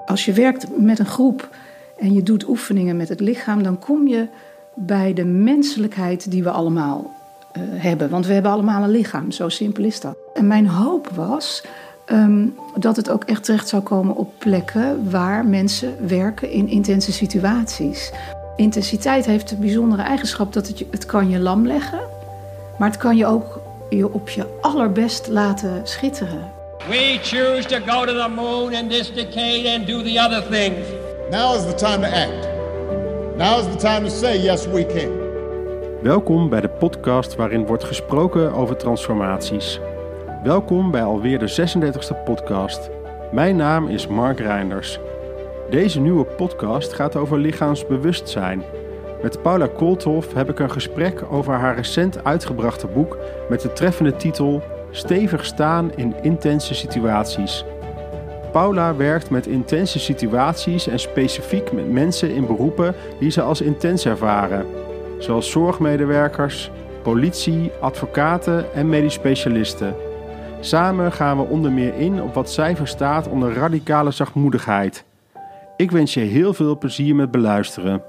Als je werkt met een groep en je doet oefeningen met het lichaam, dan kom je bij de menselijkheid die we allemaal hebben. Want we hebben allemaal een lichaam, zo simpel is dat. En mijn hoop was dat het ook echt terecht zou komen op plekken waar mensen werken in intense situaties. Intensiteit heeft de bijzondere eigenschap dat het kan je lam leggen, maar het kan je ook je op je allerbest laten schitteren. We choose to go to the moon in this decade and do the other things. Now is the time to act. Now is the time to say yes we can. Welkom bij de podcast waarin wordt gesproken over transformaties. Welkom bij alweer de 36e podcast. Mijn naam is Mark Reinders. Deze nieuwe podcast gaat over lichaamsbewustzijn. Met Paula Kolthoff heb ik een gesprek over haar recent uitgebrachte boek met de treffende titel Stevig staan in intense situaties. Paula werkt met intense situaties en specifiek met mensen in beroepen die ze als intens ervaren. Zoals zorgmedewerkers, politie, advocaten en medisch specialisten. Samen gaan we onder meer in op wat zij verstaat onder radicale zachtmoedigheid. Ik wens je heel veel plezier met beluisteren.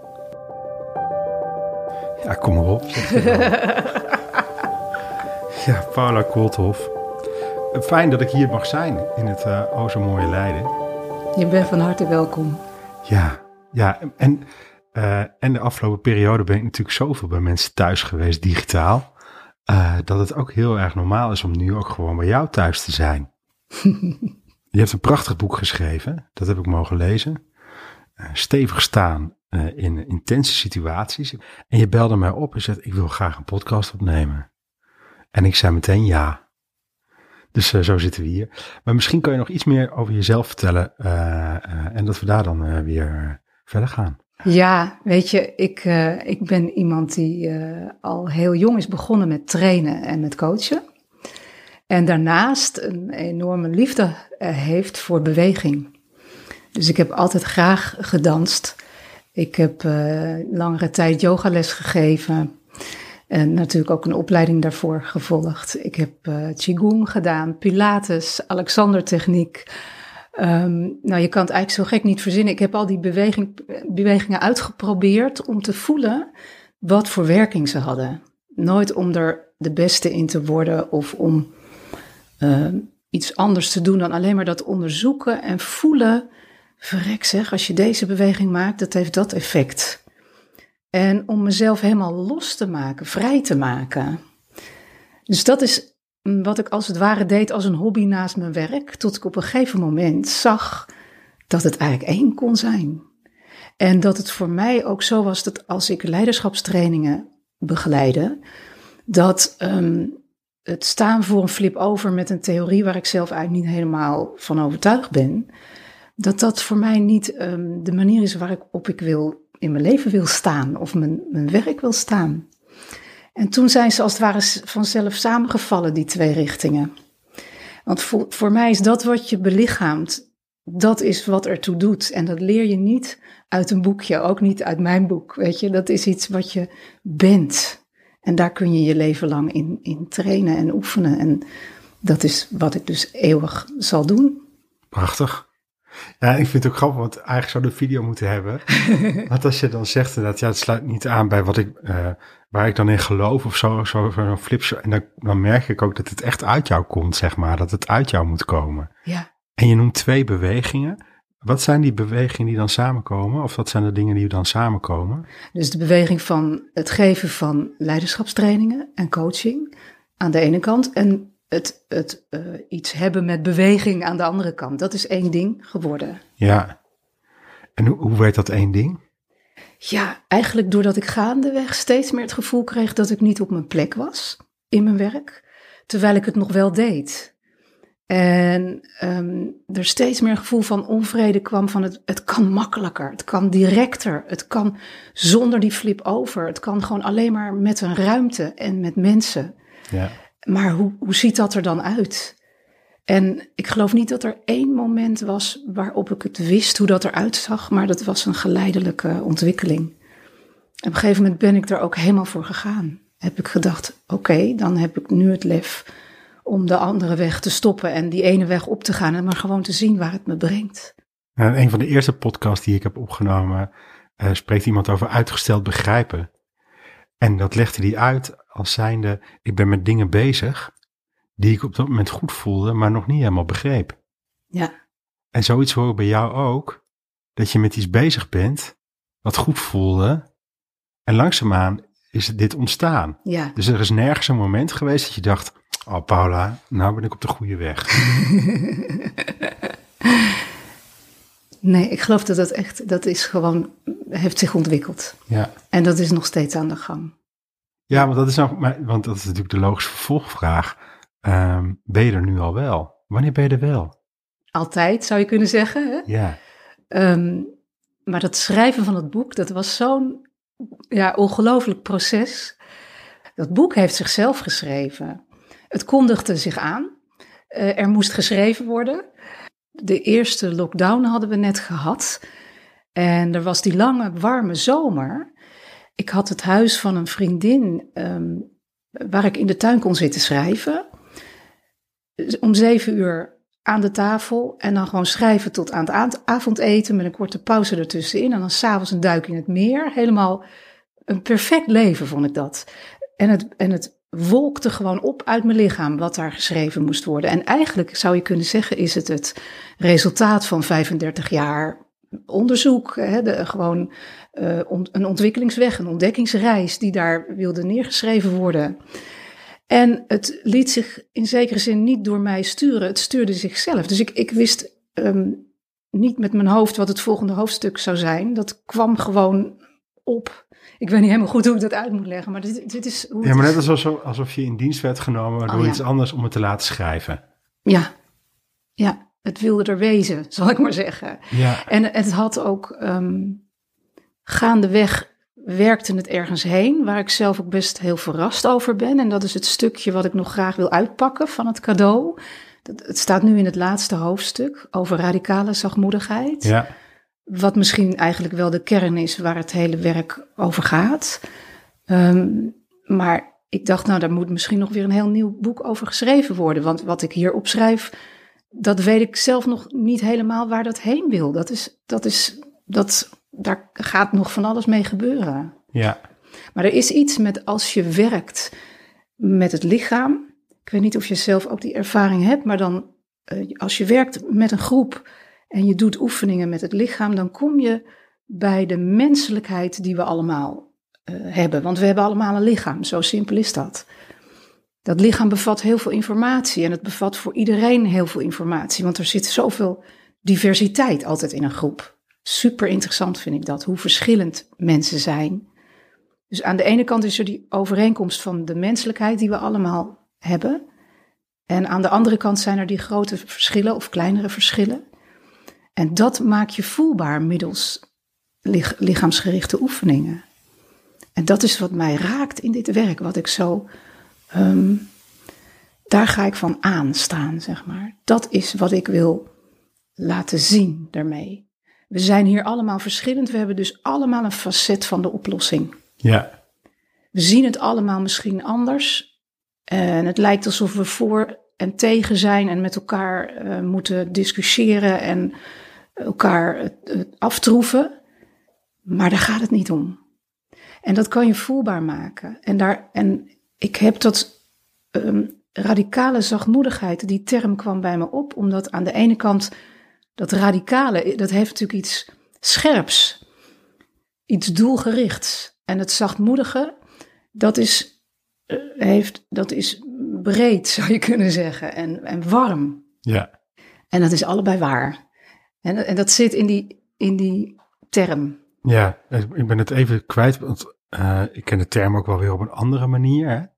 Ja, kom maar op. Ja, Paula Kolthoff. Fijn dat ik hier mag zijn in het zo mooie Leiden. Je bent van harte welkom. Ja, en de afgelopen periode ben ik natuurlijk zoveel bij mensen thuis geweest, digitaal, dat het ook heel erg normaal is om nu ook gewoon bij jou thuis te zijn. Je hebt een prachtig boek geschreven, dat heb ik mogen lezen. Stevig staan in intense situaties. En je belde mij op en zei, ik wil graag een podcast opnemen. En ik zei meteen ja. Dus zo zitten we hier. Maar misschien kan je nog iets meer over jezelf vertellen en dat we daar dan weer verder gaan. Ja, weet je, ik ben iemand die al heel jong is begonnen met trainen en met coachen. En daarnaast een enorme liefde heeft voor beweging. Dus ik heb altijd graag gedanst. Ik heb langere tijd yogales gegeven. En natuurlijk ook een opleiding daarvoor gevolgd. Ik heb Qigong gedaan, Pilates, Alexander-techniek. Je kan het eigenlijk zo gek niet verzinnen. Ik heb al die bewegingen uitgeprobeerd om te voelen wat voor werking ze hadden. Nooit om er de beste in te worden of om iets anders te doen dan alleen maar dat onderzoeken en voelen. Verrek zeg, als je deze beweging maakt, dat heeft dat effect. En om mezelf helemaal los te maken, vrij te maken. Dus dat is wat ik als het ware deed als een hobby naast mijn werk. Tot ik op een gegeven moment zag dat het eigenlijk één kon zijn. En dat het voor mij ook zo was dat als ik leiderschapstrainingen begeleidde, dat het staan voor een flip-over met een theorie waar ik zelf eigenlijk niet helemaal van overtuigd ben, dat voor mij niet de manier is waarop ik in mijn leven wil staan of mijn werk wil staan. En toen zijn ze als het ware vanzelf samengevallen, die twee richtingen. Want voor mij is dat wat je belichaamt, dat is wat ertoe doet. En dat leer je niet uit een boekje, ook niet uit mijn boek, weet je. Dat is iets wat je bent. En daar kun je je leven lang in trainen en oefenen. En dat is wat ik dus eeuwig zal doen. Prachtig. Ja, ik vind het ook grappig, want eigenlijk zou de video moeten hebben. Want als je dan zegt dat het sluit niet aan bij waar ik dan in geloof of zo'n flip. En dan merk ik ook dat het echt uit jou komt, zeg maar. Dat het uit jou moet komen. Ja. En je noemt twee bewegingen. Wat zijn die bewegingen die dan samenkomen? Of wat zijn de dingen die dan samenkomen? Dus de beweging van het geven van leiderschapstrainingen en coaching aan de ene kant. En het iets hebben met beweging aan de andere kant. Dat is één ding geworden. Ja. En hoe werd dat één ding? Ja, eigenlijk doordat ik gaandeweg steeds meer het gevoel kreeg dat ik niet op mijn plek was in mijn werk. Terwijl ik het nog wel deed. En er steeds meer een gevoel van onvrede kwam van het kan makkelijker. Het kan directer. Het kan zonder die flip-over. Het kan gewoon alleen maar met een ruimte en met mensen. Ja. Maar hoe ziet dat er dan uit? En ik geloof niet dat er één moment was waarop ik het wist hoe dat eruit zag, maar dat was een geleidelijke ontwikkeling. En op een gegeven moment ben ik er ook helemaal voor gegaan. Heb ik gedacht, oké, dan heb ik nu het lef om de andere weg te stoppen en die ene weg op te gaan en maar gewoon te zien waar het me brengt. En een van de eerste podcasts die ik heb opgenomen, spreekt iemand over uitgesteld begrijpen. En dat legde hij uit als zijnde, ik ben met dingen bezig die ik op dat moment goed voelde, maar nog niet helemaal begreep. Ja. En zoiets hoor ik bij jou ook, dat je met iets bezig bent, wat goed voelde, en langzaamaan is dit ontstaan. Ja. Dus er is nergens een moment geweest dat je dacht, oh Paula, nou ben ik op de goede weg. Nee, ik geloof dat is gewoon, heeft zich ontwikkeld. Ja. En dat is nog steeds aan de gang. Ja, want dat is natuurlijk de logische vervolgvraag. Ben je er nu al wel? Wanneer ben je er wel? Altijd, zou je kunnen zeggen. Hè? Ja. Maar dat schrijven van het boek, dat was zo'n ongelooflijk proces. Dat boek heeft zichzelf geschreven. Het kondigde zich aan. Er moest geschreven worden. De eerste lockdown hadden we net gehad. En er was die lange, warme zomer. Ik had het huis van een vriendin waar ik in de tuin kon zitten schrijven. Om 7:00 aan de tafel en dan gewoon schrijven tot aan het avondeten met een korte pauze ertussenin. En dan 's avonds een duik in het meer. Helemaal een perfect leven vond ik dat. En het wolkte gewoon op uit mijn lichaam wat daar geschreven moest worden. En eigenlijk zou je kunnen zeggen is het resultaat van 35 jaar onderzoek. Hè, gewoon een ontwikkelingsweg, een ontdekkingsreis die daar wilde neergeschreven worden. En het liet zich in zekere zin niet door mij sturen. Het stuurde zichzelf. Dus ik wist niet met mijn hoofd wat het volgende hoofdstuk zou zijn. Dat kwam gewoon op. Ik weet niet helemaal goed hoe ik dat uit moet leggen. Maar dit is hoe ja, maar net alsof je in dienst werd genomen door iets anders om het te laten schrijven. Ja, het wilde er wezen, zal ik maar zeggen. Ja. En het had ook gaandeweg werkte het ergens heen, waar ik zelf ook best heel verrast over ben. En dat is het stukje wat ik nog graag wil uitpakken van het cadeau. Het staat nu in het laatste hoofdstuk over radicale zachtmoedigheid. Ja. Wat misschien eigenlijk wel de kern is waar het hele werk over gaat. Maar ik dacht, nou, daar moet misschien nog weer een heel nieuw boek over geschreven worden. Want wat ik hier opschrijf, dat weet ik zelf nog niet helemaal waar dat heen wil. Daar gaat nog van alles mee gebeuren. Ja. Maar er is iets met als je werkt met het lichaam. Ik weet niet of je zelf ook die ervaring hebt, maar dan als je werkt met een groep en je doet oefeningen met het lichaam, dan kom je bij de menselijkheid die we allemaal hebben. Want we hebben allemaal een lichaam, zo simpel is dat. Dat lichaam bevat heel veel informatie en het bevat voor iedereen heel veel informatie. Want er zit zoveel diversiteit altijd in een groep. Super interessant vind ik dat, hoe verschillend mensen zijn. Dus aan de ene kant is er die overeenkomst van de menselijkheid die we allemaal hebben. En aan de andere kant zijn er die grote verschillen of kleinere verschillen. En dat maak je voelbaar middels lichaamsgerichte oefeningen. En dat is wat mij raakt in dit werk, wat ik zo... daar ga ik van aanstaan, zeg maar. Dat is wat ik wil laten zien daarmee. We zijn hier allemaal verschillend. We hebben dus allemaal een facet van de oplossing. Ja. We zien het allemaal misschien anders. En het lijkt alsof we voor en tegen zijn en met elkaar moeten discussiëren en elkaar aftroeven. Maar daar gaat het niet om. En dat kan je voelbaar maken. En ik heb dat radicale zachtmoedigheid, die term kwam bij me op, omdat aan de ene kant dat radicale, dat heeft natuurlijk iets scherps, iets doelgerichts. En het zachtmoedige, dat is breed, zou je kunnen zeggen, en warm. Ja. En dat is allebei waar. En dat zit in die term. Ja, ik ben het even kwijt, want ik ken de term ook wel weer op een andere manier. Hè?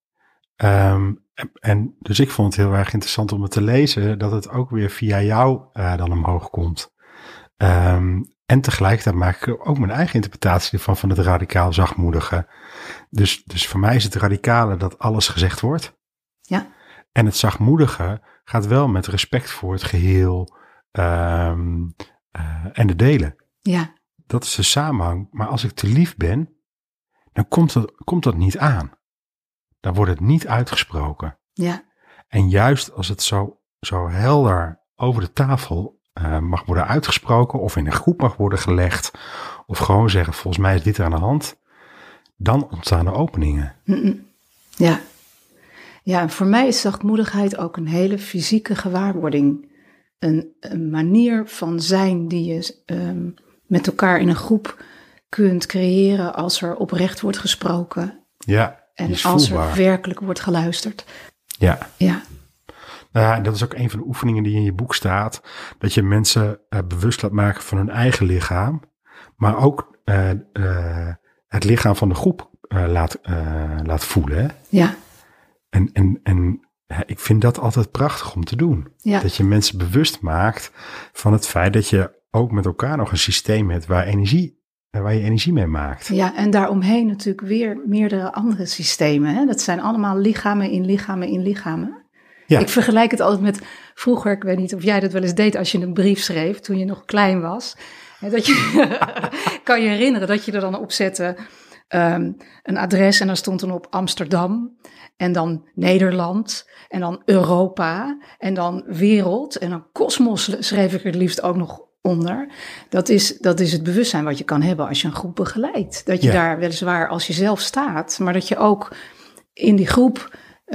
En dus ik vond het heel erg interessant om het te lezen, dat het ook weer via jou dan omhoog komt. En tegelijkertijd maak ik ook mijn eigen interpretatie ervan, van het radicaal zachtmoedige. Dus voor mij is het radicale dat alles gezegd wordt. Ja. En het zachtmoedige gaat wel met respect voor het geheel en de delen. Ja. Dat is de samenhang. Maar als ik te lief ben, dan komt dat niet aan. Dan wordt het niet uitgesproken. Ja. En juist als het zo helder over de tafel mag worden uitgesproken of in een groep mag worden gelegd. Of gewoon zeggen, volgens mij is dit er aan de hand. Dan ontstaan er openingen. Ja. Ja, en voor mij is zachtmoedigheid ook een hele fysieke gewaarwording. Een manier van zijn die je met elkaar in een groep kunt creëren als er oprecht wordt gesproken. Ja, en als er werkelijk wordt geluisterd. Ja. Ja. Nou ja, dat is ook een van de oefeningen die in je boek staat. Dat je mensen bewust laat maken van hun eigen lichaam. Maar ook het lichaam van de groep laat voelen. Hè? Ja. En ik vind dat altijd prachtig om te doen. Ja. Dat je mensen bewust maakt van het feit dat je ook met elkaar nog een systeem hebt waar je energie mee maakt. Ja, en daaromheen natuurlijk weer meerdere andere systemen. Hè? Dat zijn allemaal lichamen in lichamen in lichamen. Ja. Ik vergelijk het altijd met vroeger, ik weet niet of jij dat wel eens deed als je een brief schreef toen je nog klein was. Dat je kan je herinneren dat je er dan op zette een adres en dan stond dan op Amsterdam en dan Nederland en dan Europa en dan wereld en dan kosmos schreef ik er het liefst ook nog onder. Dat is het bewustzijn wat je kan hebben als je een groep begeleidt. Dat je daar weliswaar als jezelf staat, maar dat je ook in die groep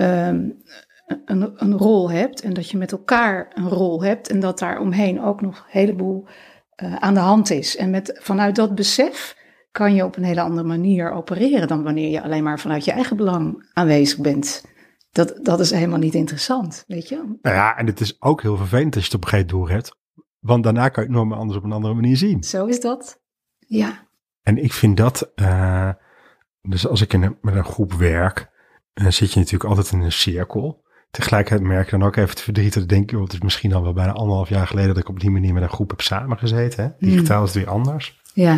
een rol hebt en dat je met elkaar een rol hebt en dat daar omheen ook nog een heleboel aan de hand is. En vanuit dat besef kan je op een hele andere manier opereren dan wanneer je alleen maar vanuit je eigen belang aanwezig bent. Dat is helemaal niet interessant, weet je? Nou ja, en het is ook heel vervelend als je het op een gegeven moment door hebt, want daarna kan je het nooit anders op een andere manier zien. Zo is dat, ja. En ik vind dat, dus als ik met een groep werk, zit je natuurlijk altijd in een cirkel. Tegelijkertijd merk je dan ook even het verdriet. Dan denk je, het is misschien al wel bijna 1,5 jaar geleden dat ik op die manier met een groep heb samengezeten. Hè? Digitaal is het weer anders. Ja.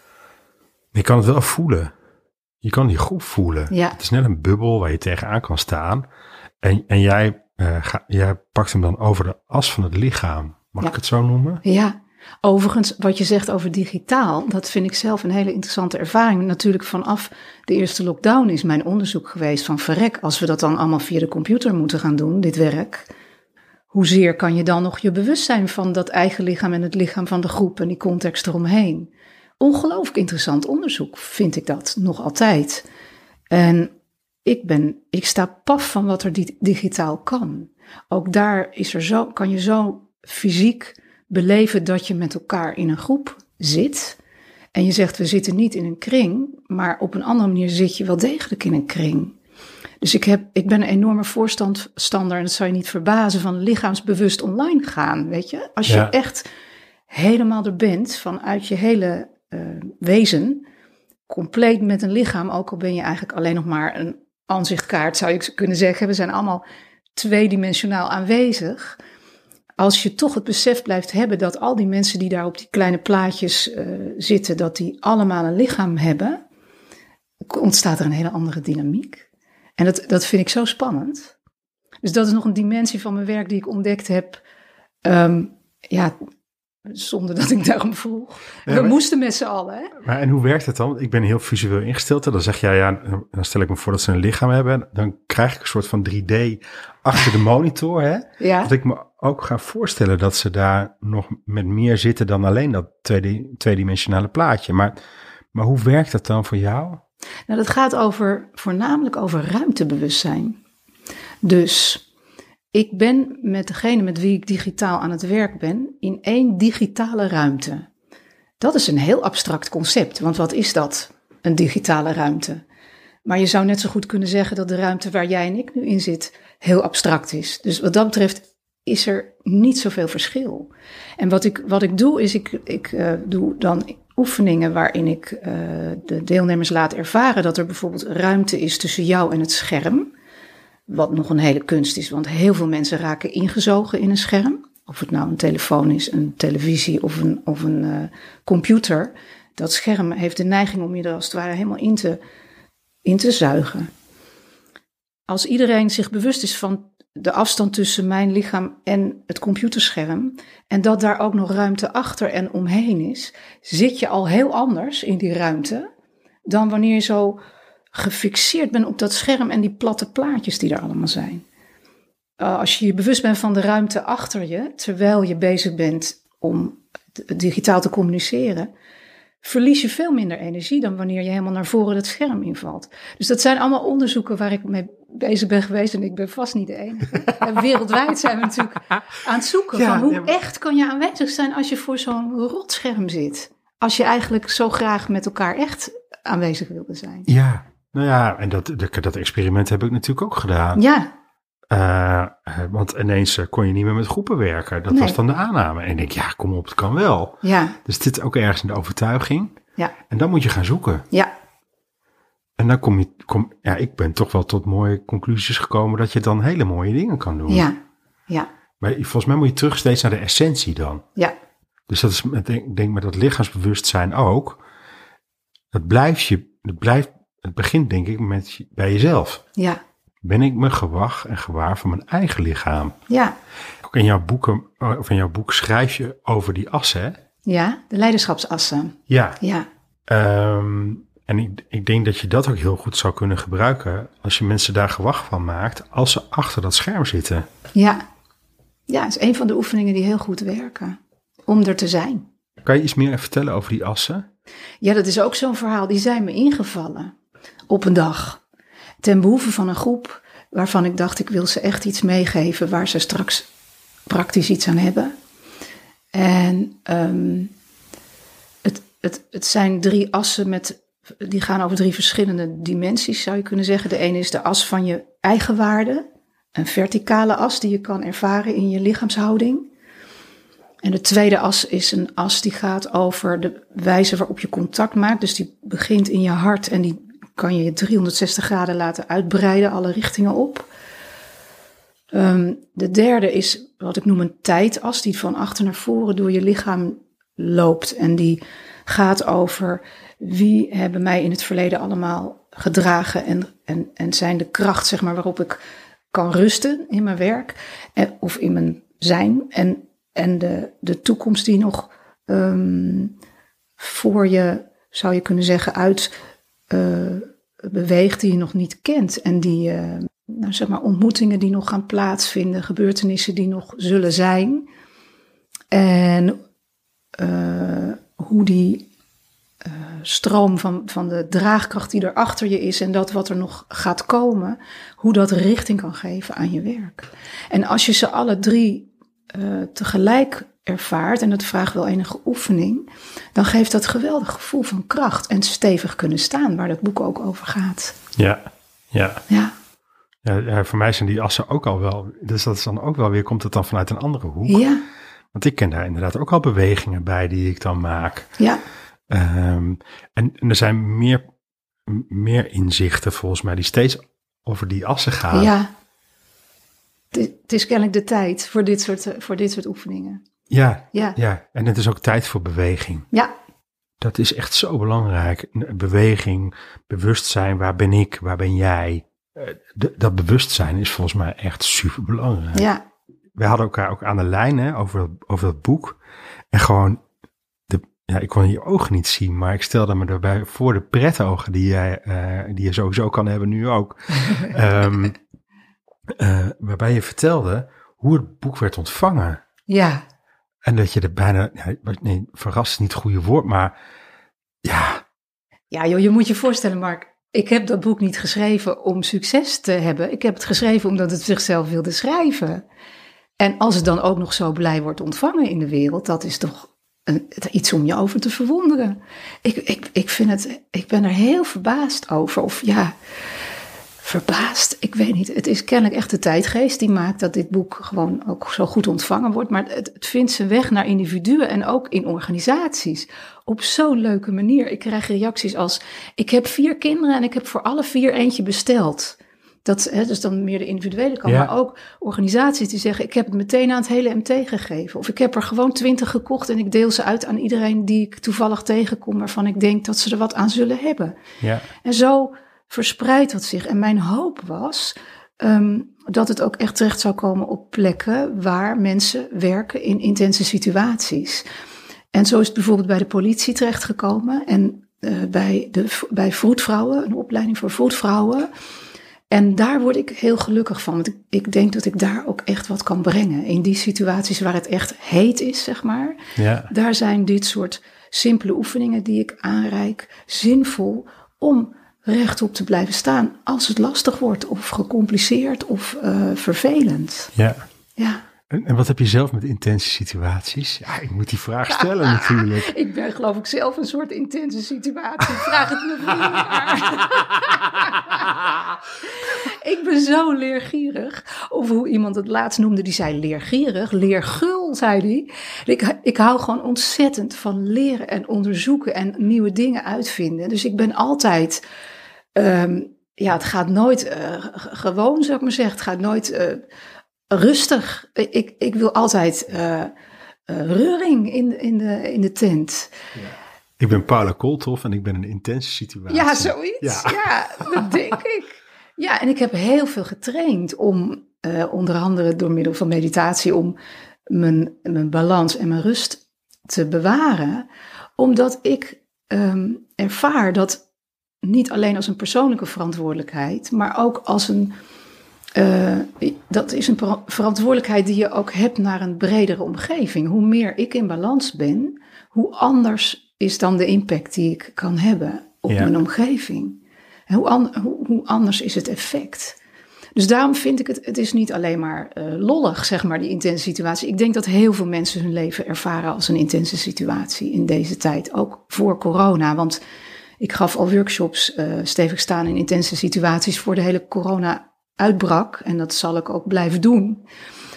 Je kan het wel voelen. Je kan die groep voelen. Ja. Het is net een bubbel waar je tegenaan kan staan. En jij pakt hem dan over de as van het lichaam. Mag ik het zo noemen? Ja. Overigens, wat je zegt over digitaal, dat vind ik zelf een hele interessante ervaring. Natuurlijk vanaf de eerste lockdown is mijn onderzoek geweest van verrek, als we dat dan allemaal via de computer moeten gaan doen, dit werk. Hoezeer kan je dan nog je bewust zijn van dat eigen lichaam en het lichaam van de groep en die context eromheen? Ongelooflijk interessant onderzoek, vind ik dat, nog altijd. En ik sta paf van wat er digitaal kan. Ook daar kan je zo fysiek beleven dat je met elkaar in een groep zit. En je zegt, we zitten niet in een kring, maar op een andere manier zit je wel degelijk in een kring. Dus ik ben een enorme voorstander, en dat zou je niet verbazen, van lichaamsbewust online gaan, weet je. Als je echt helemaal er bent, vanuit je hele wezen, compleet met een lichaam, ook al ben je eigenlijk alleen nog maar een aanzichtkaart, zou je kunnen zeggen. We zijn allemaal tweedimensionaal aanwezig. Als je toch het besef blijft hebben dat al die mensen die daar op die kleine plaatjes zitten, dat die allemaal een lichaam hebben, ontstaat er een hele andere dynamiek. En dat vind ik zo spannend. Dus dat is nog een dimensie van mijn werk die ik ontdekt heb, zonder dat ik daarom vroeg. We moesten met z'n allen. Hè? Maar en hoe werkt het dan? Want ik ben heel visueel ingesteld. Dan zeg jij, dan stel ik me voor dat ze een lichaam hebben. Dan krijg ik een soort van 3D achter de monitor. Hè? Ja. Dat ik me ook ga voorstellen dat ze daar nog met meer zitten dan alleen dat tweedimensionale plaatje. Maar hoe werkt dat dan voor jou? Nou, dat gaat voornamelijk over ruimtebewustzijn. Dus ik ben met degene met wie ik digitaal aan het werk ben in 1 digitale ruimte. Dat is een heel abstract concept, want wat is dat, een digitale ruimte? Maar je zou net zo goed kunnen zeggen dat de ruimte waar jij en ik nu in zit heel abstract is. Dus wat dat betreft is er niet zoveel verschil. En wat ik doe is, ik doe dan oefeningen waarin ik de deelnemers laat ervaren dat er bijvoorbeeld ruimte is tussen jou en het scherm. Wat nog een hele kunst is, want heel veel mensen raken ingezogen in een scherm. Of het nou een telefoon is, een televisie of een computer. Dat scherm heeft de neiging om je er als het ware helemaal in te zuigen. Als iedereen zich bewust is van de afstand tussen mijn lichaam en het computerscherm, en dat daar ook nog ruimte achter en omheen is, zit je al heel anders in die ruimte dan wanneer je zo gefixeerd bent op dat scherm en die platte plaatjes die er allemaal zijn. als je je bewust bent van de ruimte achter je, terwijl je bezig bent om digitaal te communiceren, verlies je veel minder energie dan wanneer je helemaal naar voren het scherm invalt. Dus dat zijn allemaal onderzoeken waar ik mee bezig ben geweest en ik ben vast niet de enige. En wereldwijd zijn we natuurlijk aan het zoeken van hoe echt kan je aanwezig zijn als je voor zo'n rotscherm zit. Als je eigenlijk zo graag met elkaar echt aanwezig wilde zijn. Ja, nou ja, en dat experiment heb ik natuurlijk ook gedaan. Ja. Want ineens kon je niet meer met groepen werken. Dat was dan de aanname. En ik denk, ja, kom op, het kan wel. Ja. Dus dit ook ergens in de overtuiging. Ja. En dan moet je gaan zoeken. Ja. En dan ik ben toch wel tot mooie conclusies gekomen dat je dan hele mooie dingen kan doen. Ja. Ja. Maar volgens mij moet je terug steeds naar de essentie dan. Ja. Dus dat is, ik denk met dat lichaamsbewustzijn ook. Het begint denk ik bij jezelf. Ja. Ben ik me gewaar van mijn eigen lichaam? Ja. Ook in jouw boek schrijf je over die assen, hè? Ja, de leiderschapsassen. Ja. Ja. En ik denk dat je dat ook heel goed zou kunnen gebruiken als je mensen daar gewag van maakt, als ze achter dat scherm zitten. Ja. Ja, het is een van de oefeningen die heel goed werken. Om er te zijn. Kan je iets meer vertellen over die assen? Ja, dat is ook zo'n verhaal. Die zijn me ingevallen op een dag. Ten behoeve van een groep waarvan ik dacht, ik wil ze echt iets meegeven waar ze straks praktisch iets aan hebben. En het zijn 3 assen die gaan over 3 verschillende dimensies, zou je kunnen zeggen. De ene is de as van je eigen waarde. Een verticale as die je kan ervaren in je lichaamshouding. En de tweede as is een as die gaat over de wijze waarop je contact maakt. Dus die begint in je hart en die kan je 360 graden laten uitbreiden, alle richtingen op. De derde is wat ik noem een tijdas, die van achter naar voren door je lichaam loopt. En die gaat over wie hebben mij in het verleden allemaal gedragen en zijn de kracht, zeg maar, waarop ik kan rusten in mijn werk of in mijn zijn. En de toekomst die nog voor je, zou je kunnen zeggen, uit beweegt die je nog niet kent. En die zeg maar ontmoetingen die nog gaan plaatsvinden, gebeurtenissen die nog zullen zijn. En hoe die stroom van de draagkracht die er achter je is en dat wat er nog gaat komen, hoe dat richting kan geven aan je werk. En als je ze alle 3 tegelijk ervaart, en dat vraagt wel enige oefening, dan geeft dat geweldig gevoel van kracht en stevig kunnen staan, waar dat boek ook over gaat. Ja. Ja, voor mij zijn die assen ook al wel, dus dat is dan ook wel weer, komt het dan vanuit een andere hoek. Ja. Want ik ken daar inderdaad ook al bewegingen bij die ik dan maak. Ja. En er zijn meer inzichten volgens mij die steeds over die assen gaan. Ja. Het is kennelijk de tijd voor dit soort oefeningen. Ja. En het is ook tijd voor beweging. Ja. Dat is echt zo belangrijk. Beweging, bewustzijn, waar ben ik, waar ben jij? Dat bewustzijn is volgens mij echt super belangrijk. Ja. We hadden elkaar ook aan de lijn, hè, over dat boek. En gewoon, ik kon je ogen niet zien, maar ik stelde me daarbij voor de pretogen die je sowieso kan hebben nu ook. Waarbij je vertelde hoe het boek werd ontvangen. Ja. En dat je er bijna, verrast is niet het goede woord, maar ja. Ja joh, je moet je voorstellen, Mark, ik heb dat boek niet geschreven om succes te hebben. Ik heb het geschreven omdat het zichzelf wilde schrijven. En als het dan ook nog zo blij wordt ontvangen in de wereld, dat is toch iets om je over te verwonderen. Ik ben er heel verbaasd over. Of ja, verbaasd, ik weet niet. Het is kennelijk echt de tijdgeest die maakt dat dit boek gewoon ook zo goed ontvangen wordt. Maar het vindt zijn weg naar individuen en ook in organisaties op zo'n leuke manier. Ik krijg reacties als, ik heb 4 kinderen en ik heb voor alle 4 eentje besteld. Dat is dan meer de individuele kant, maar ook organisaties die zeggen, ik heb het meteen aan het hele MT gegeven. Of ik heb er gewoon 20 gekocht en ik deel ze uit aan iedereen die ik toevallig tegenkom, waarvan ik denk dat ze er wat aan zullen hebben. Ja. En zo verspreidt dat zich. En mijn hoop was dat het ook echt terecht zou komen op plekken waar mensen werken in intense situaties. En zo is het bijvoorbeeld bij de politie terechtgekomen en bij vroedvrouwen, een opleiding voor vroedvrouwen. En daar word ik heel gelukkig van. Want ik denk dat ik daar ook echt wat kan brengen. In die situaties waar het echt heet is, zeg maar. Ja. Daar zijn dit soort simpele oefeningen die ik aanreik zinvol om rechtop te blijven staan als het lastig wordt of gecompliceerd of vervelend. Ja. Ja. En wat heb je zelf met intense situaties? Ja, ik moet die vraag stellen natuurlijk. Ik ben geloof ik zelf een soort intense situatie. Vraag het me vriend maar. Ik ben zo leergierig. Of hoe iemand het laatst noemde, die zei leergierig. Leergul, zei hij. Ik hou gewoon ontzettend van leren en onderzoeken en nieuwe dingen uitvinden. Dus ik ben altijd... het gaat nooit gewoon, zou ik maar zeggen. Het gaat nooit... rustig. Ik wil altijd reuring in de tent. Ja. Ik ben Paula Kolthoff en ik ben een intense situatie. Ja, zoiets. Ja, dat denk ik. Ja, en ik heb heel veel getraind om, onder andere door middel van meditatie, om mijn balans en mijn rust te bewaren. Omdat ik ervaar dat niet alleen als een persoonlijke verantwoordelijkheid, maar ook als dat is een verantwoordelijkheid die je ook hebt naar een bredere omgeving. Hoe meer ik in balans ben, hoe anders is dan de impact die ik kan hebben op mijn omgeving. En hoe anders is het effect. Dus daarom vind ik het is niet alleen maar lollig, zeg maar, die intense situatie. Ik denk dat heel veel mensen hun leven ervaren als een intense situatie in deze tijd. Ook voor corona, want ik gaf al workshops stevig staan in intense situaties voor de hele corona uitbrak. En dat zal ik ook blijven doen.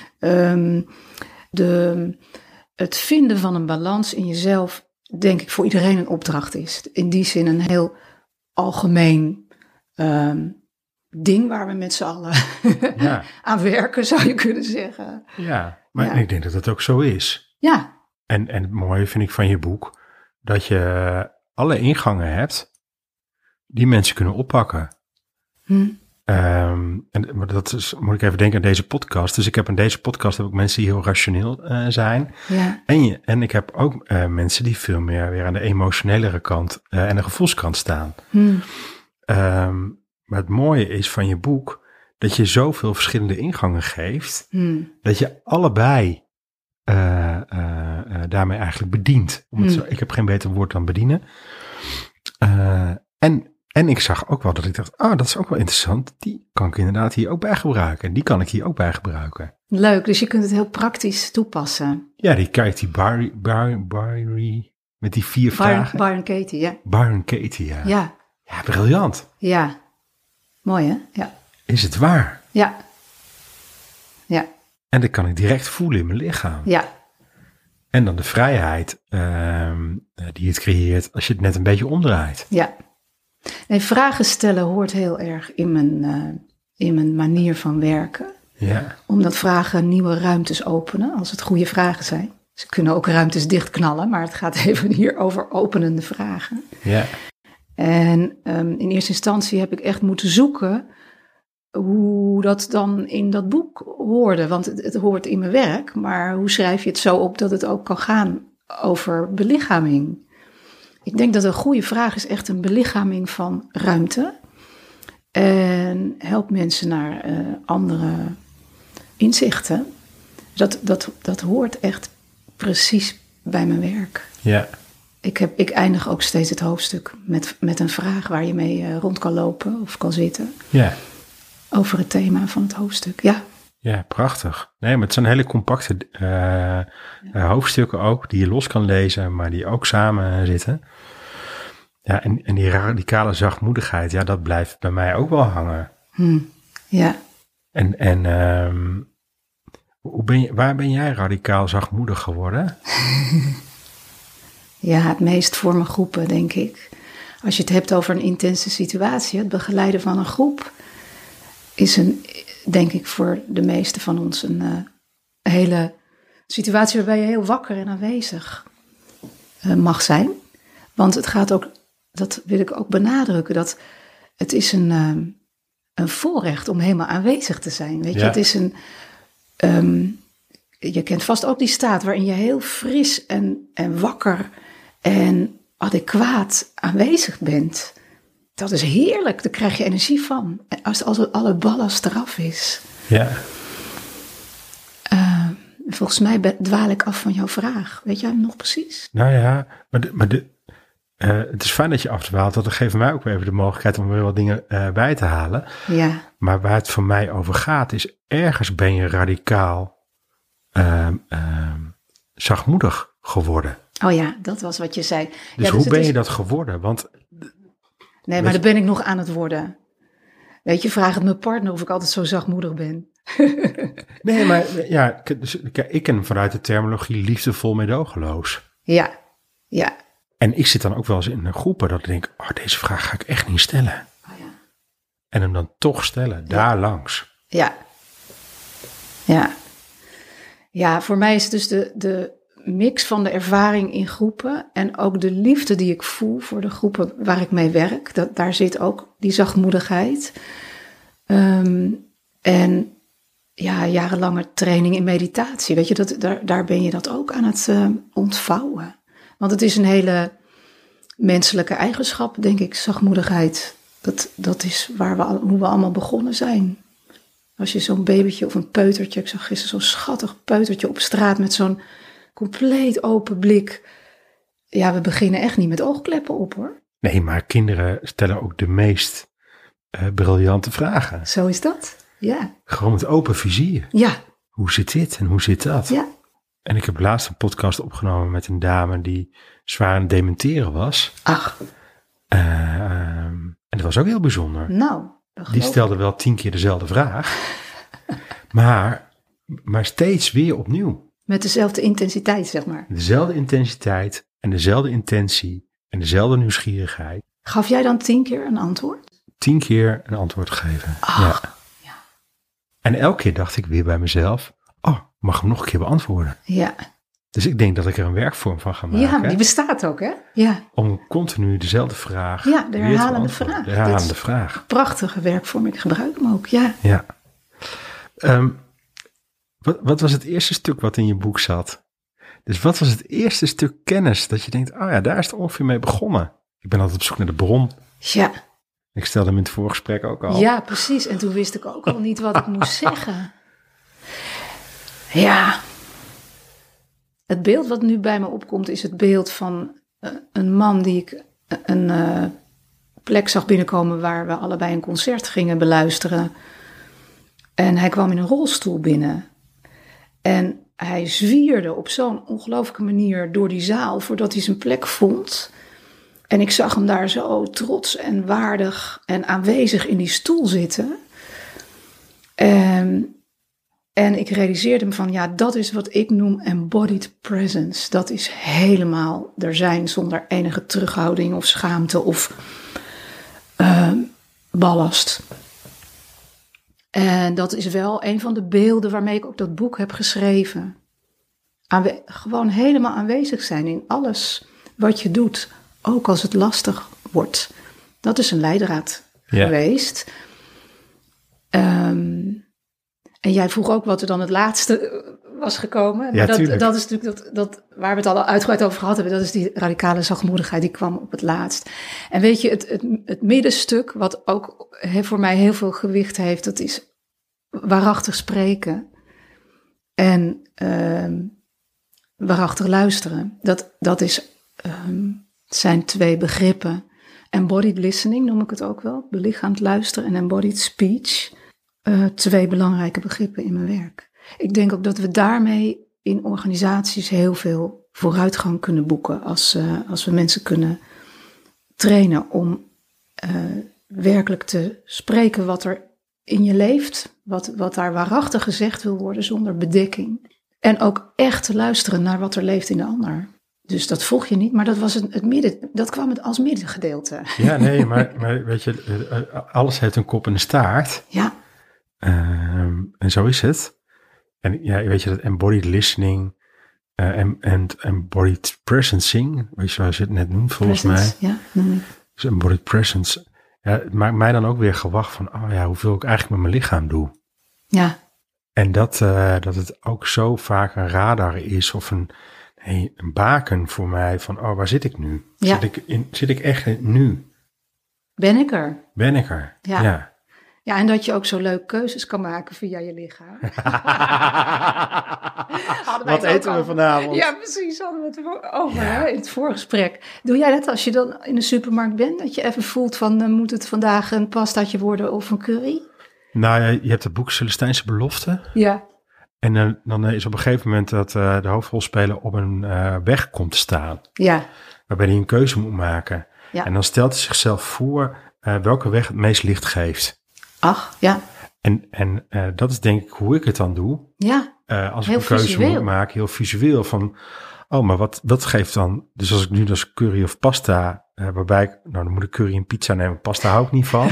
Het vinden van een balans in jezelf, denk ik, voor iedereen een opdracht is. In die zin een heel algemeen ding waar we met z'n allen aan werken, zou je kunnen zeggen. Ja, maar ik denk dat dat ook zo is. Ja. En het mooie vind ik van je boek, dat je alle ingangen hebt die mensen kunnen oppakken. Maar dat is, moet ik even denken aan deze podcast. Dus ik heb in deze podcast heb ik mensen die heel rationeel zijn. Ja. En ik heb ook mensen die veel meer weer aan de emotionelere kant en de gevoelskant staan. Maar het mooie is van je boek dat je zoveel verschillende ingangen geeft, dat je allebei daarmee eigenlijk bedient. Ik heb geen beter woord dan bedienen. En ik zag ook wel dat ik dacht, dat is ook wel interessant. Die kan ik inderdaad hier ook bij gebruiken. En die kan ik hier ook bij gebruiken. Leuk, dus je kunt het heel praktisch toepassen. Ja, die Barry met die 4 vragen. Byron Katie, ja. Byron Katie, ja. Ja. Ja, briljant. Ja. Mooi, hè? Ja. Is het waar? Ja. Ja. En dat kan ik direct voelen in mijn lichaam. Ja. En dan de vrijheid die het creëert als je het net een beetje omdraait. Ja. Nee, vragen stellen hoort heel erg in mijn manier van werken. Ja. Omdat vragen nieuwe ruimtes openen, als het goede vragen zijn. Ze kunnen ook ruimtes dichtknallen, maar het gaat even hier over openende vragen. Ja. En in eerste instantie heb ik echt moeten zoeken hoe dat dan in dat boek hoorde. Want het hoort in mijn werk, maar hoe schrijf je het zo op dat het ook kan gaan over belichaming? Ik denk dat een goede vraag is echt een belichaming van ruimte. En helpt mensen naar andere inzichten. Dat hoort echt precies bij mijn werk. Ja. Ik eindig ook steeds het hoofdstuk met een vraag waar je mee rond kan lopen of kan zitten. Ja. Over het thema van het hoofdstuk, ja. Ja, prachtig. Nee, maar het zijn hele compacte hoofdstukken ook, die je los kan lezen, maar die ook samen zitten. Ja, en die radicale zachtmoedigheid, ja, dat blijft bij mij ook wel hangen. Ja. En waar ben jij radicaal zachtmoedig geworden? Ja, het meest voor mijn groepen, denk ik. Als je het hebt over een intense situatie, het begeleiden van een groep is denk ik voor de meeste van ons een hele situatie waarbij je heel wakker en aanwezig mag zijn. Want het gaat ook, dat wil ik ook benadrukken, dat het is een voorrecht om helemaal aanwezig te zijn. Weet je, het is je kent vast ook die staat waarin je heel fris en wakker en adequaat aanwezig bent. dat is heerlijk. Daar krijg je energie van. Als alle ballast eraf is. Ja. Volgens mij dwaal ik af van jouw vraag. Weet jij hem nog precies? Nou ja, het is fijn dat je afdwaalt. Dat geeft mij ook weer even de mogelijkheid om weer wat dingen bij te halen. Ja. Maar waar het voor mij over gaat is, ergens ben je radicaal zachtmoedig geworden. Oh ja, dat was wat je zei. Dus ja, hoe ben je dat geworden? Nee, maar daar ben ik nog aan het worden. Weet je, vraag het mijn partner of ik altijd zo zachtmoedig ben. Nee, maar ja, ik ken hem vanuit de terminologie liefdevol meedogenloos. Ja, ja. En ik zit dan ook wel eens in een groepen dat ik denk, deze vraag ga ik echt niet stellen. Oh ja. En hem dan toch stellen, daar langs. Ja. Ja. Ja, voor mij is het dus de mix van de ervaring in groepen en ook de liefde die ik voel voor de groepen waar ik mee werk. Daar zit ook die zachtmoedigheid. En ja, jarenlange training in meditatie. Weet je, daar ben je dat ook aan het ontvouwen. Want het is een hele menselijke eigenschap, denk ik, zachtmoedigheid. Dat is hoe we allemaal begonnen zijn. Als je zo'n babytje of een peutertje, ik zag gisteren zo'n schattig peutertje op straat met zo'n compleet open blik. Ja, we beginnen echt niet met oogkleppen op, hoor. Nee, maar kinderen stellen ook de meest briljante vragen. Zo is dat, ja. Gewoon met open vizier. Ja. Hoe zit dit en hoe zit dat? Ja. En ik heb laatst een podcast opgenomen met een dame die zwaar aan het dementeren was. Ach. En dat was ook heel bijzonder. Nou, die stelde wel 10 keer dezelfde vraag. maar steeds weer opnieuw. Met dezelfde intensiteit, zeg maar. Dezelfde intensiteit en dezelfde intentie en dezelfde nieuwsgierigheid. Gaf jij dan 10 keer een antwoord? 10 keer een antwoord gegeven. Ach, ja. En elke keer dacht ik weer bij mezelf, mag hem nog een keer beantwoorden. Ja. Dus ik denk dat ik er een werkvorm van ga maken. Ja, die bestaat ook, hè? Ja. Om continu dezelfde vraag. Ja, de herhalende vraag. De herhalende vraag. Prachtige werkvorm, ik gebruik hem ook, ja. Ja. Wat was het eerste stuk wat in je boek zat? Dus wat was het eerste stuk kennis dat je denkt, daar is het ongeveer mee begonnen. Ik ben altijd op zoek naar de bron. Ja. Ik stelde hem in het voorgesprek ook al. Ja, precies. En toen wist ik ook al niet wat ik moest zeggen. Ja. Het beeld wat nu bij me opkomt is het beeld van een man die ik een plek zag binnenkomen waar we allebei een concert gingen beluisteren. En hij kwam in een rolstoel binnen. En hij zwierde op zo'n ongelooflijke manier door die zaal voordat hij zijn plek vond. En ik zag hem daar zo trots en waardig en aanwezig in die stoel zitten. En ik realiseerde me van, dat is wat ik noem embodied presence. Dat is helemaal er zijn zonder enige terughouding of schaamte of ballast. En dat is wel een van de beelden waarmee ik ook dat boek heb geschreven. Gewoon helemaal aanwezig zijn in alles wat je doet, ook als het lastig wordt. Dat is een leidraad geweest. En jij vroeg ook wat er dan het laatste was gekomen. Ja, dat is natuurlijk dat waar we het al uitgebreid over gehad hebben. Dat is die radicale zachtmoedigheid, die kwam op het laatst. En weet je, het middenstuk, wat ook voor mij heel veel gewicht heeft, dat is waarachtig spreken. En waarachtig luisteren. Dat zijn 2 begrippen. Embodied listening noem ik het ook wel. Belichaamd luisteren en embodied speech. 2 belangrijke begrippen in mijn werk. Ik denk ook dat we daarmee in organisaties heel veel vooruitgang kunnen boeken. Als we mensen kunnen trainen om werkelijk te spreken wat er in je leeft. Wat daar waarachtig gezegd wil worden zonder bedekking. En ook echt te luisteren naar wat er leeft in de ander. Dus dat volg je niet, maar dat was het midden. Dat kwam als middengedeelte. Ja, nee, maar weet je, alles heeft een kop en een staart. Ja. En zo is het. En ja, weet je, dat embodied listening en embodied presencing, weet je, zoals je het net noemt, volgens mij. Ja, noem ik. Dus embodied presence. Ja, het maakt mij dan ook weer gewacht van, hoeveel ik eigenlijk met mijn lichaam doe. Ja. En dat het ook zo vaak een radar is of een baken voor mij van, waar zit ik nu? Ja. Zit ik echt nu? Ben ik er. Ben ik er, ja. Ja, en dat je ook zo leuk keuzes kan maken via je lichaam. Wat eten we vanavond? Ja, precies, hadden we het over hè, in het voorgesprek. Doe jij dat als je dan in de supermarkt bent? Dat je even voelt van, moet het vandaag een pastaatje worden of een curry? Nou ja, je hebt het boek Celestijnse Belofte. Ja. En dan is op een gegeven moment dat de hoofdrolspeler op een weg komt te staan. Ja. Waarbij hij een keuze moet maken. Ja. En dan stelt hij zichzelf voor welke weg het meest licht geeft. Ach, ja. En dat is denk ik hoe ik het dan doe. Ja, als ik een keuze moet maken, heel visueel van... Oh, maar wat geeft dan... Dus als ik nu dus curry of pasta... waarbij ik... Nou, dan moet ik curry en pizza nemen. Pasta hou ik niet van.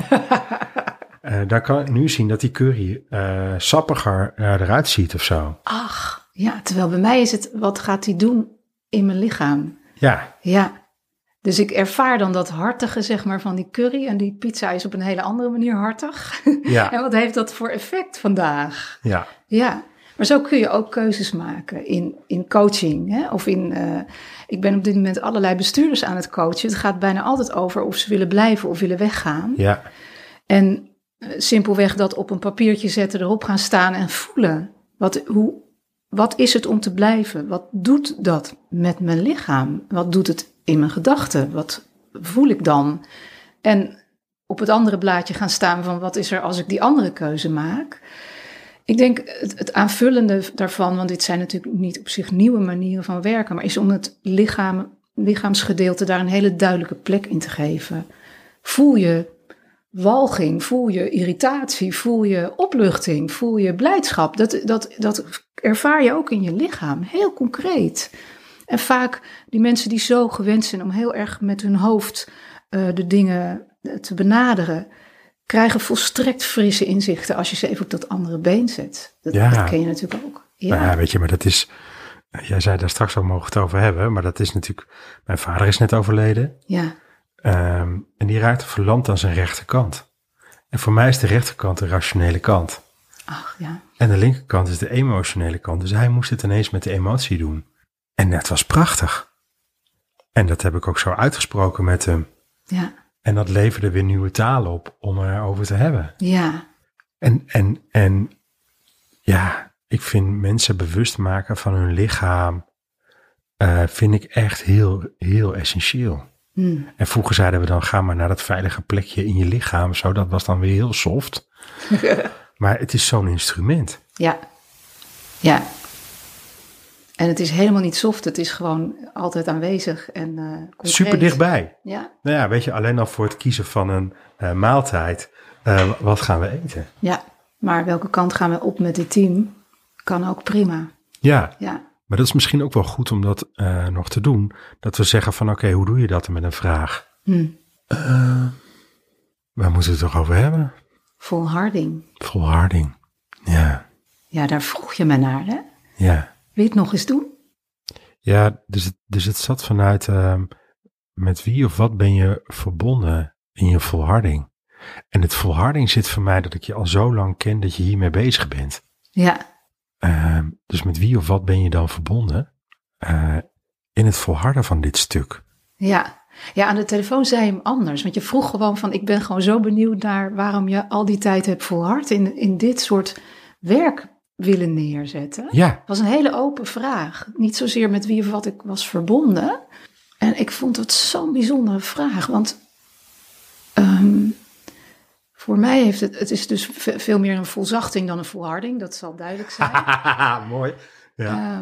Dan kan ik nu zien dat die curry sappiger eruit ziet of zo. Ach, ja. Terwijl bij mij is het... Wat gaat die doen in mijn lichaam? Ja. Ja. Dus ik ervaar dan dat hartige, zeg maar, van die curry. En die pizza is op een hele andere manier hartig. Ja. En wat heeft dat voor effect vandaag? Ja. Ja. Maar zo kun je ook keuzes maken in coaching. Hè? Of ik ben op dit moment allerlei bestuurders aan het coachen. Het gaat bijna altijd over of ze willen blijven of willen weggaan. Ja. En simpelweg dat op een papiertje zetten, erop gaan staan en voelen. Wat is het om te blijven? Wat doet dat met mijn lichaam? Wat doet het in mijn gedachten? Wat voel ik dan? En op het andere blaadje gaan staan van wat is er als ik die andere keuze maak? Ik denk het aanvullende daarvan, want dit zijn natuurlijk niet op zich nieuwe manieren van werken, maar is om het lichaamsgedeelte daar een hele duidelijke plek in te geven. Voel je walging, voel je irritatie, voel je opluchting, voel je blijdschap. Dat ervaar je ook in je lichaam, heel concreet. En vaak die mensen die zo gewend zijn om heel erg met hun hoofd de dingen te benaderen, krijgen volstrekt frisse inzichten als je ze even op dat andere been zet. Dat ken je natuurlijk ook. Ja. Nou ja, weet je, maar dat is... Jij zei daar straks ook mogen het over hebben, maar dat is natuurlijk... Mijn vader is net overleden. Ja. En die raakte verlamd aan zijn rechterkant. En voor mij is de rechterkant de rationele kant. Ach, ja. En de linkerkant is de emotionele kant. Dus hij moest het ineens met de emotie doen. En het was prachtig. En dat heb ik ook zo uitgesproken met hem. Ja. En dat leverde weer nieuwe talen op om erover te hebben. Ja. En ja, ik vind mensen bewust maken van hun lichaam, vind ik echt heel, heel essentieel. Mm. En vroeger zeiden we dan, ga maar naar dat veilige plekje in je lichaam. Zo, dat was dan weer heel soft. Maar het is zo'n instrument. Ja. Ja. En het is helemaal niet soft, het is gewoon altijd aanwezig en concreet. Super dichtbij. Ja. Nou ja, weet je, alleen al voor het kiezen van een maaltijd, wat gaan we eten? Ja, maar welke kant gaan we op met dit team, kan ook prima. Ja, Ja. maar dat is misschien ook wel goed om dat nog te doen. Dat we zeggen van, oké, hoe doe je dat met een vraag? Waar moeten we het toch over hebben? Volharding. Volharding, ja. Ja, daar vroeg je me naar, hè? Ja. Wil je het nog eens doen? Ja, dus het zat vanuit met wie of wat ben je verbonden in je volharding. En het volharding zit voor mij dat ik je al zo lang ken dat je hiermee bezig bent. Ja. Dus met wie of wat ben je dan verbonden in het volharden van dit stuk? Ja. Ja, aan de telefoon zei je hem anders. Want je vroeg gewoon van, ik ben gewoon zo benieuwd naar waarom je al die tijd hebt volhard in dit soort werk willen neerzetten. Ja. Het was een hele open vraag. Niet zozeer met wie of wat ik was verbonden. En ik vond het zo'n bijzondere vraag. Want voor mij heeft het is dus veel meer een volzachting dan een volharding. Dat zal duidelijk zijn. Mooi. Ja.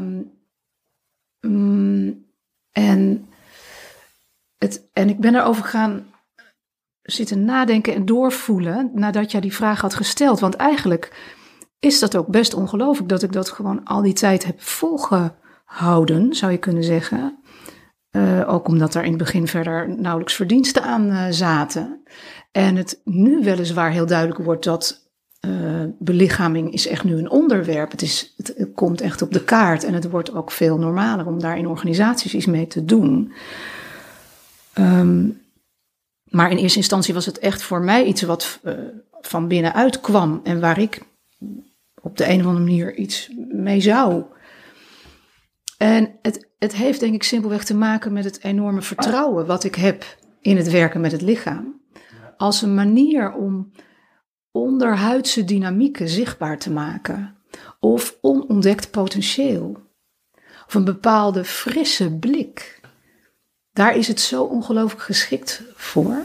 En ik ben erover gaan zitten nadenken en doorvoelen nadat jij die vraag had gesteld. Want eigenlijk is dat ook best ongelooflijk dat ik dat gewoon al die tijd heb volgehouden, zou je kunnen zeggen. Ook omdat er in het begin verder nauwelijks verdiensten aan zaten. En het nu weliswaar heel duidelijk wordt dat belichaming is echt nu een onderwerp. Het komt echt op de kaart en het wordt ook veel normaler om daar in organisaties iets mee te doen. Maar in eerste instantie was het echt voor mij iets wat van binnenuit kwam en waar ik op de een of andere manier iets mee zou. En het heeft denk ik simpelweg te maken met het enorme vertrouwen wat ik heb in het werken met het lichaam. als een manier om onderhuidse dynamieken zichtbaar te maken. Of onontdekt potentieel. Of een bepaalde frisse blik. Daar is het zo ongelooflijk geschikt voor.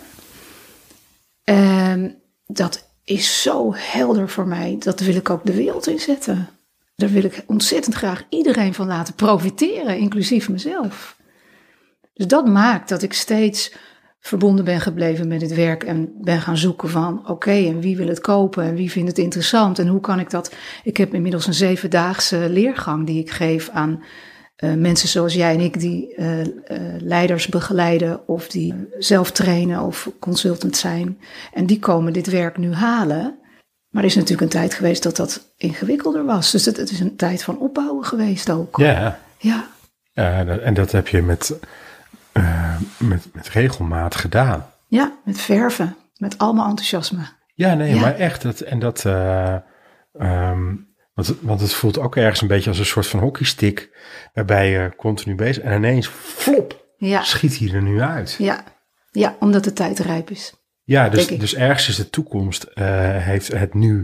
En dat is zo helder voor mij. Dat wil ik ook de wereld inzetten. Daar wil ik ontzettend graag iedereen van laten profiteren, inclusief mezelf. Dus dat maakt dat ik steeds verbonden ben gebleven met het werk en ben gaan zoeken van oké, en wie wil het kopen en wie vindt het interessant en hoe kan ik dat. Ik heb inmiddels een 7-daagse leergang die ik geef aan mensen zoals jij en ik die leiders begeleiden of die zelf trainen of consultant zijn. En die komen dit werk nu halen. Maar er is natuurlijk een tijd geweest dat dat ingewikkelder was. Dus het is een tijd van opbouwen geweest ook. Ja. Ja. En dat heb je met regelmaat gedaan. Ja, met verven. Met allemaal enthousiasme. Ja, nee, maar echt. Want het voelt ook ergens een beetje als een soort van hockeystick. Waarbij je continu bezig en ineens flop, schiet hij er nu uit. Ja, omdat de tijd rijp is. Ja, dus ergens is de toekomst, heeft het nu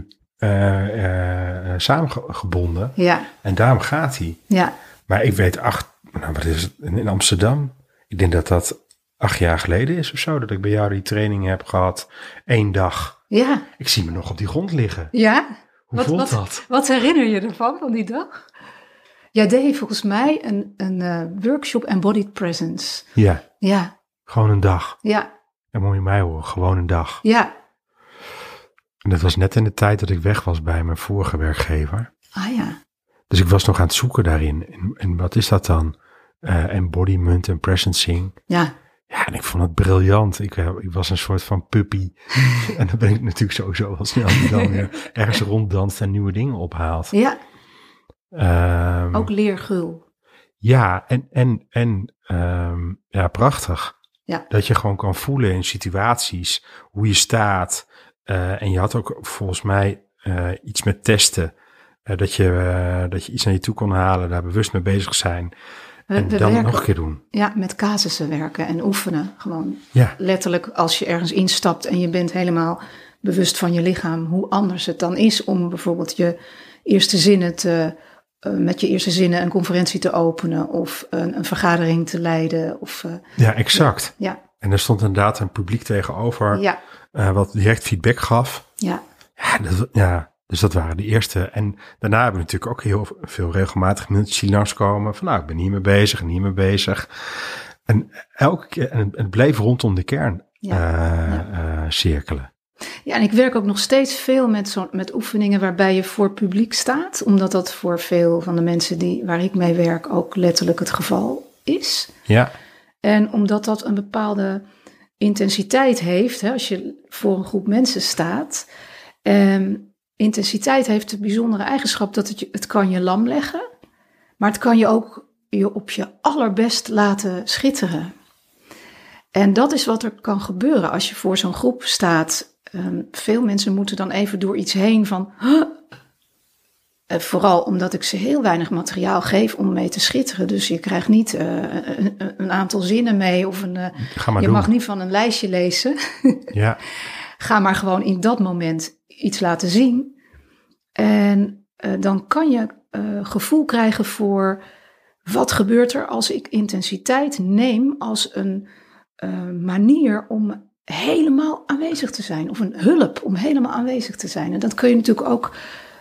samengebonden. Ja. En daarom gaat hij. Ja. Maar ik weet, wat is het, in Amsterdam? Ik denk dat 8 jaar geleden is of zo, dat ik bij jou die training heb gehad. 1 dag. Ja. Ik zie me nog op die grond liggen. Ja. Hoe voelt dat? Wat herinner je ervan, van die dag? Jij deed volgens mij een workshop Embodied Presence. Ja. Ja. Gewoon een dag. Ja. En moet je mij horen, gewoon een dag. Ja. En dat was net in de tijd dat ik weg was bij mijn vorige werkgever. Ah ja. Dus ik was nog aan het zoeken daarin. En wat is dat dan? Embodiment en presencing. Ja. Ja, en ik vond het briljant. Ik was een soort van puppy. En dan ben ik natuurlijk sowieso wel snel die dan weer ergens ronddanst en nieuwe dingen ophaalt. Ja. Ook leergul. Ja, en prachtig. Ja. Dat je gewoon kan voelen in situaties hoe je staat. En je had ook volgens mij iets met testen. Dat je iets naar je toe kon halen, daar bewust mee bezig zijn. En dan werken, nog een keer doen. Ja, met casussen werken en oefenen. Gewoon letterlijk als je ergens instapt en je bent helemaal bewust van je lichaam. Hoe anders het dan is om bijvoorbeeld je eerste zinnen met je eerste zinnen een conferentie te openen. Of een vergadering te leiden. Ja, exact. Ja. En er stond inderdaad een publiek tegenover wat direct feedback gaf. Ja. Dus dat waren de eerste. En daarna hebben we natuurlijk ook heel veel regelmatig mensen langskomen. Van ik ben hier mee bezig en hier mee bezig. En elke keer, en het bleef rondom de kern cirkelen. Ja, en ik werk ook nog steeds veel met oefeningen waarbij je voor publiek staat. Omdat dat voor veel van de mensen waar ik mee werk ook letterlijk het geval is. Ja. En omdat dat een bepaalde intensiteit heeft, als je voor een groep mensen staat. Intensiteit heeft de bijzondere eigenschap dat het kan je lam leggen. Maar het kan je ook je op je allerbest laten schitteren. En dat is wat er kan gebeuren als je voor zo'n groep staat. Veel mensen moeten dan even door iets heen van... vooral omdat ik ze heel weinig materiaal geef om mee te schitteren. Dus je krijgt niet een aantal zinnen mee. Of je mag niet van een lijstje lezen. Ja. Ga maar gewoon in dat moment iets laten zien. En dan kan je gevoel krijgen voor... wat gebeurt er als ik intensiteit neem als een manier om helemaal aanwezig te zijn. Of een hulp om helemaal aanwezig te zijn. En dat kun je natuurlijk ook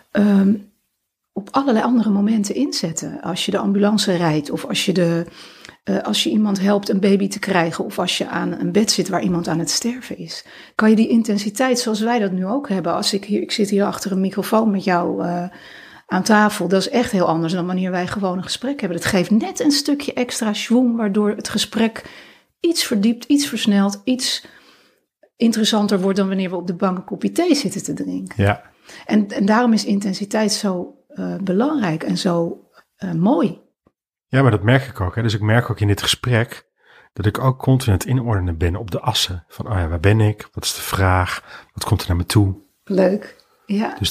op allerlei andere momenten inzetten. Als je de ambulance rijdt of als je iemand helpt een baby te krijgen. Of als je aan een bed zit waar iemand aan het sterven is. Kan je die intensiteit zoals wij dat nu ook hebben. Ik zit hier achter een microfoon met jou aan tafel. Dat is echt heel anders dan wanneer wij gewoon een gesprek hebben. Dat geeft net een stukje extra schwung, waardoor het gesprek iets verdiept, iets versnelt, iets interessanter wordt dan wanneer we op de bank een kopje thee zitten te drinken. Ja. En daarom is intensiteit zo belangrijk en zo mooi. Ja, maar dat merk ik ook. Hè. Dus ik merk ook in dit gesprek dat ik ook continu aan het inordenen ben op de assen. Van, waar ben ik? Wat is de vraag? Wat komt er naar me toe? Leuk, ja. Dus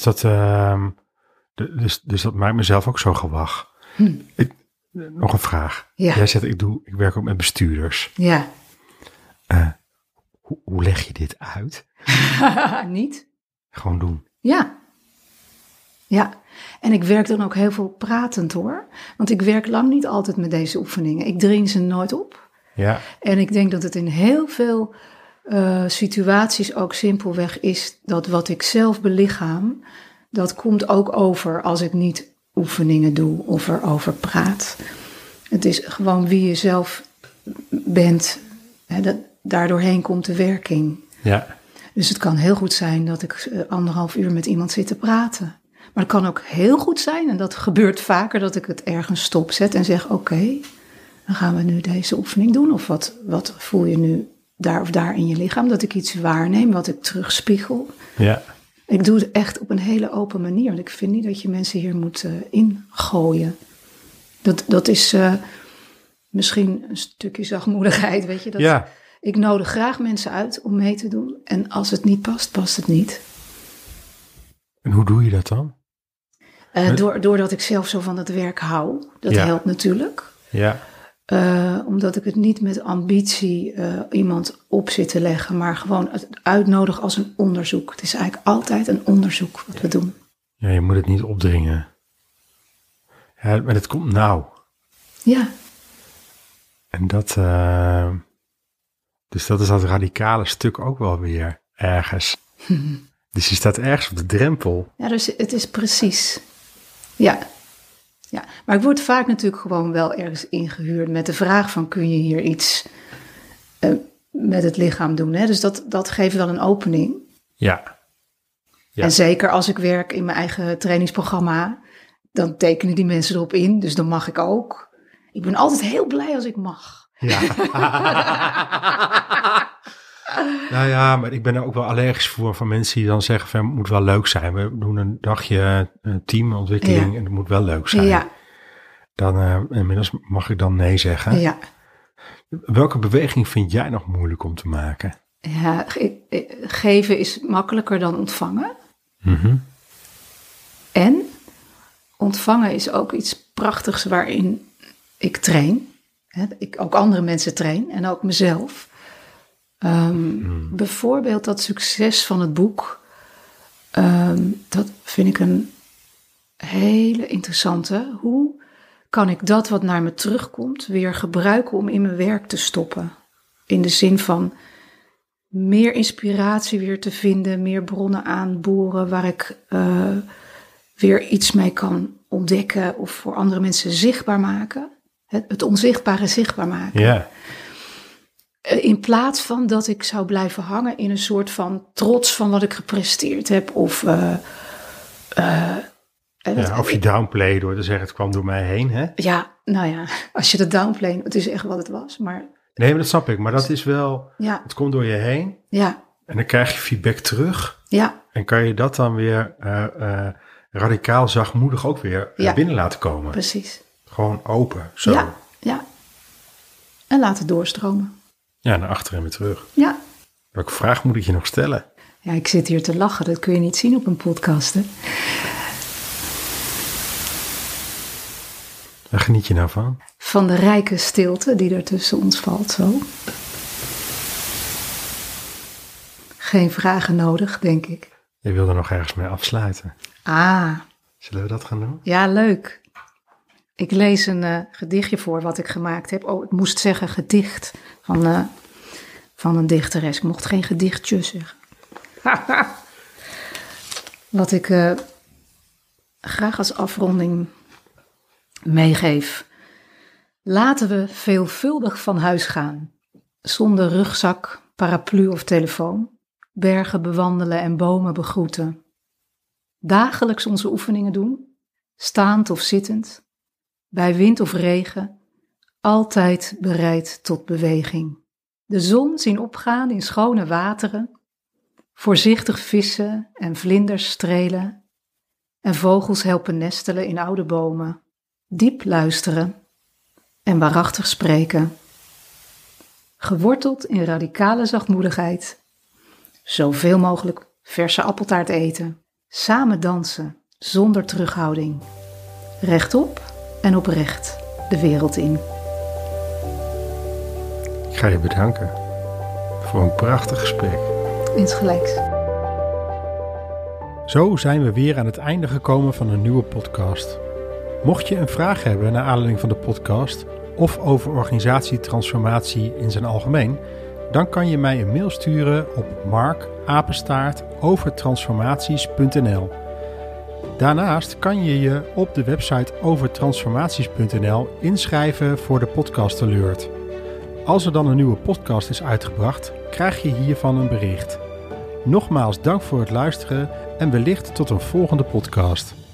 dat maakt mezelf ook zo gewag. Nog een vraag. Ja. Jij zegt, ik werk ook met bestuurders. Ja. Hoe leg je dit uit? Niet? Gewoon doen. Ja. Ja. En ik werk dan ook heel veel pratend hoor. Want ik werk lang niet altijd met deze oefeningen. Ik dring ze nooit op. Ja. En ik denk dat het in heel veel situaties ook simpelweg is dat wat ik zelf belichaam, dat komt ook over als ik niet oefeningen doe of erover praat. Het is gewoon wie je zelf bent. Hè, daardoorheen komt de werking. Ja. Dus het kan heel goed zijn dat ik 1,5 uur met iemand zit te praten. Maar het kan ook heel goed zijn, en dat gebeurt vaker, dat ik het ergens stopzet en zeg, oké, dan gaan we nu deze oefening doen. Of wat voel je nu daar of daar in je lichaam? Dat ik iets waarneem, wat ik terugspiegel. Ja. Ik doe het echt op een hele open manier. Want ik vind niet dat je mensen hier moet ingooien. Dat is misschien een stukje zachtmoedigheid, weet je. Ja. Ik nodig graag mensen uit om mee te doen. En als het niet past, past het niet. En hoe doe je dat dan? Doordat ik zelf zo van het werk hou. Dat helpt natuurlijk. Ja. Omdat ik het niet met ambitie iemand op zit te leggen, maar gewoon het uitnodigen als een onderzoek. Het is eigenlijk altijd een onderzoek wat we doen. Ja, je moet het niet opdringen. Ja, maar het komt nou. Ja. En dat, dus dat is dat radicale stuk ook wel weer ergens. Dus je staat ergens op de drempel. Ja, dus het is precies. Ja. Ja, maar ik word vaak natuurlijk gewoon wel ergens ingehuurd met de vraag van, kun je hier iets met het lichaam doen? Hè? Dus dat geeft wel een opening. Ja. Ja. En zeker als ik werk in mijn eigen trainingsprogramma, dan tekenen die mensen erop in. Dus dan mag ik ook. Ik ben altijd heel blij als ik mag. Ja. Nou ja, maar ik ben er ook wel allergisch voor van mensen die dan zeggen van, het moet wel leuk zijn. We doen een dagje teamontwikkeling en het moet wel leuk zijn. Ja. Dan inmiddels mag ik dan nee zeggen. Ja. Welke beweging vind jij nog moeilijk om te maken? Ja, geven is makkelijker dan ontvangen. Mm-hmm. En ontvangen is ook iets prachtigs waarin ik train. Ik ook andere mensen train en ook mezelf. Bijvoorbeeld dat succes van het boek. Dat vind ik een hele interessante. Hoe kan ik dat wat naar me terugkomt weer gebruiken om in mijn werk te stoppen? In de zin van meer inspiratie weer te vinden, meer bronnen aanboren waar ik weer iets mee kan ontdekken of voor andere mensen zichtbaar maken. Het onzichtbare zichtbaar maken. Ja. In plaats van dat ik zou blijven hangen in een soort van trots van wat ik gepresteerd heb. Of je downplay door te zeggen, het kwam door mij heen, hè? Ja, nou ja, als je dat downplay, het is echt wat het was. Maar nee, maar dat snap ik. Maar dat is wel, ja. Het komt door je heen. Ja. En dan krijg je feedback terug. Ja. En kan je dat dan weer radicaal zachtmoedig ook weer binnen laten komen. Precies. Gewoon open, zo. Ja, ja. En laten doorstromen. Ja, naar achter en weer terug. Ja. Welke vraag moet ik je nog stellen? Ja, ik zit hier te lachen. Dat kun je niet zien op een podcast, hè? Waar geniet je nou van? Van de rijke stilte die er tussen ons valt, zo. Geen vragen nodig, denk ik. Je wilde nog ergens mee afsluiten. Ah. Zullen we dat gaan doen? Ja, leuk. Ik lees een gedichtje voor wat ik gemaakt heb. Oh, ik moest zeggen gedicht van een dichteres. Ik mocht geen gedichtje zeggen. Wat ik graag als afronding meegeef. Laten we veelvuldig van huis gaan. Zonder rugzak, paraplu of telefoon. Bergen bewandelen en bomen begroeten. Dagelijks onze oefeningen doen. Staand of zittend. Bij wind of regen. Altijd bereid tot beweging. De zon zien opgaan in schone wateren. Voorzichtig vissen en vlinders strelen. En vogels helpen nestelen in oude bomen. Diep luisteren en waarachtig spreken. Geworteld in radicale zachtmoedigheid. Zoveel mogelijk verse appeltaart eten. Samen dansen zonder terughouding. Rechtop en oprecht de wereld in. Ik ga je bedanken voor voor een prachtig gesprek. Insgelijks. Zo zijn we weer aan het einde gekomen van een nieuwe podcast. Mocht je een vraag hebben naar aanleiding van de podcast of over organisatietransformatie in zijn algemeen, dan kan je mij een mail sturen op mark@overtransformaties.nl. Daarnaast kan je je op de website overtransformaties.nl inschrijven voor de podcast alert. Als er dan een nieuwe podcast is uitgebracht, krijg je hiervan een bericht. Nogmaals dank voor het luisteren en wellicht tot een volgende podcast.